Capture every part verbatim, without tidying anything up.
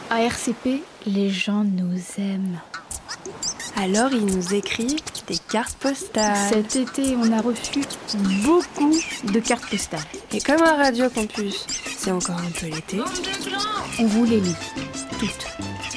À R C P, les gens nous aiment. Alors ils nous écrivent des cartes postales. Cet été, on a reçu beaucoup de cartes postales. Et comme à Radio Campus, c'est encore un peu l'été, on vous les lit, toutes.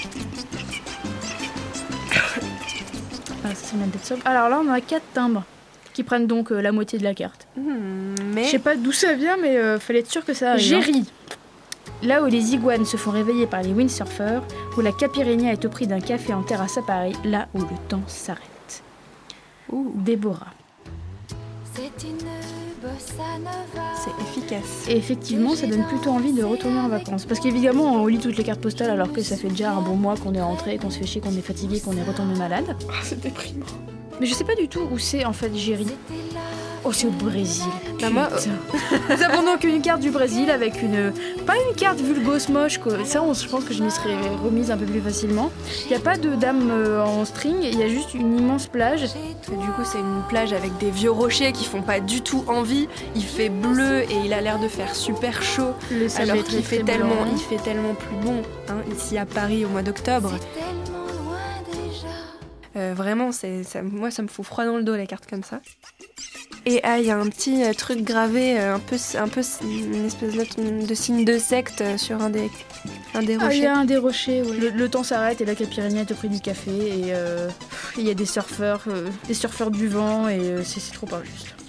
Ah, ça, c'est ma tête sobre. Alors là, on a quatre timbres qui prennent donc euh, la moitié de la carte. Mmh, mais... Je sais pas d'où ça vient, mais euh, fallait être sûr que ça arrive. Géry. Là où les iguanes se font réveiller par les windsurfers, où la caipirinha est au prix d'un café en terrasse à Paris, là où le temps s'arrête. Ouh. Déborah. C'est une bossa nova. C'est efficace. Et effectivement, ça donne plutôt envie de retourner en vacances. Parce qu'évidemment, on lit toutes les cartes postales alors que ça fait déjà un bon mois qu'on est rentré, qu'on se fait chier, qu'on est fatigué, qu'on est retombé malade. Oh, c'est déprimant. Mais je sais pas du tout où c'est en fait Géry. Oh, c'est au Brésil. Bah moi, nous avons donc une carte du Brésil avec une... Pas une carte vulgos moche, quoi. Ça, on, je pense que je m'y serais remise un peu plus facilement. Il n'y a pas de dame euh, en string, il y a juste une immense plage. Et du coup, c'est une plage avec des vieux rochers qui font pas du tout envie. Il fait bleu et il a l'air de faire super chaud. Le sable alors est qu'il très, fait très tellement, blanc. il fait tellement plus bon hein, ici à Paris au mois d'octobre. Euh, vraiment, c'est, ça, moi, ça me fout froid dans le dos les cartes comme ça. Et ah, il y a un petit euh, truc gravé, euh, un peu, un peu une espèce de, de signe de secte euh, sur un des, un des Ah, il rochers. y a un des rochers, ouais. le, le temps s'arrête et la caipirinha est au prix du café et euh, il y a des surfeurs, euh, des surfeurs du vent et euh, c'est, c'est trop injuste.